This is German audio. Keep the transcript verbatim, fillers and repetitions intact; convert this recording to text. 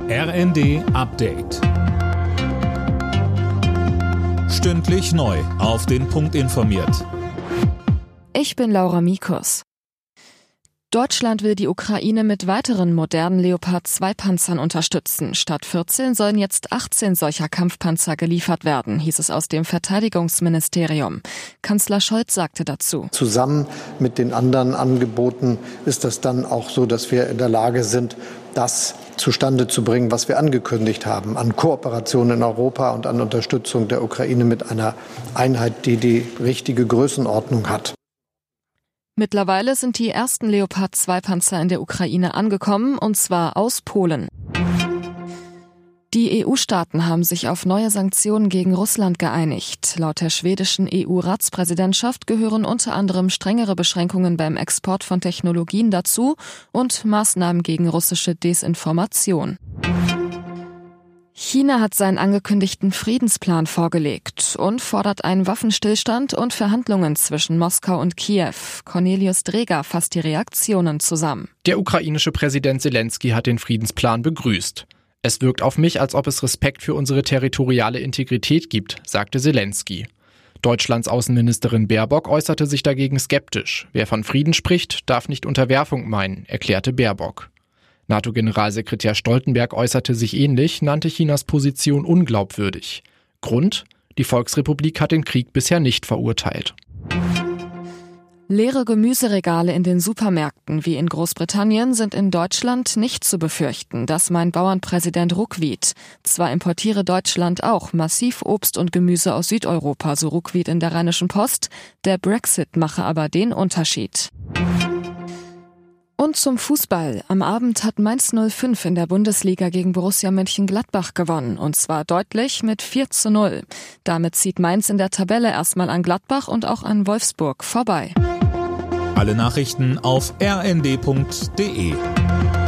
R N D Update. Stündlich neu auf den Punkt informiert. Ich bin Laura Mikus. Deutschland will die Ukraine mit weiteren modernen Leopard zwei Panzern unterstützen. Statt vierzehn sollen jetzt achtzehn solcher Kampfpanzer geliefert werden, hieß es aus dem Verteidigungsministerium. Kanzler Scholz sagte dazu: Zusammen mit den anderen Angeboten ist das dann auch so, dass wir in der Lage sind, das zustande zu bringen, was wir angekündigt haben, an Kooperation in Europa und an Unterstützung der Ukraine mit einer Einheit, die die richtige Größenordnung hat. Mittlerweile sind die ersten Leopard zwei Panzer in der Ukraine angekommen, und zwar aus Polen. Die E U-Staaten haben sich auf neue Sanktionen gegen Russland geeinigt. Laut der schwedischen E U-Ratspräsidentschaft gehören unter anderem strengere Beschränkungen beim Export von Technologien dazu und Maßnahmen gegen russische Desinformation. China hat seinen angekündigten Friedensplan vorgelegt und fordert einen Waffenstillstand und Verhandlungen zwischen Moskau und Kiew. Cornelius Dreger fasst die Reaktionen zusammen. Der ukrainische Präsident Zelensky hat den Friedensplan begrüßt. Es wirkt auf mich, als ob es Respekt für unsere territoriale Integrität gibt, sagte Zelensky. Deutschlands Außenministerin Baerbock äußerte sich dagegen skeptisch. Wer von Frieden spricht, darf nicht Unterwerfung meinen, erklärte Baerbock. NATO-Generalsekretär Stoltenberg äußerte sich ähnlich, nannte Chinas Position unglaubwürdig. Grund? Die Volksrepublik hat den Krieg bisher nicht verurteilt. Leere Gemüseregale in den Supermärkten wie in Großbritannien sind in Deutschland nicht zu befürchten. Das meint Bauernpräsident Ruckwied. Zwar importiere Deutschland auch massiv Obst und Gemüse aus Südeuropa, so Ruckwied in der Rheinischen Post. Der Brexit mache aber den Unterschied. Und zum Fußball. Am Abend hat Mainz null fünf in der Bundesliga gegen Borussia Mönchengladbach gewonnen. Und zwar deutlich mit vier zu null. Damit zieht Mainz in der Tabelle erstmal an Gladbach und auch an Wolfsburg vorbei. Alle Nachrichten auf r n d punkt d e.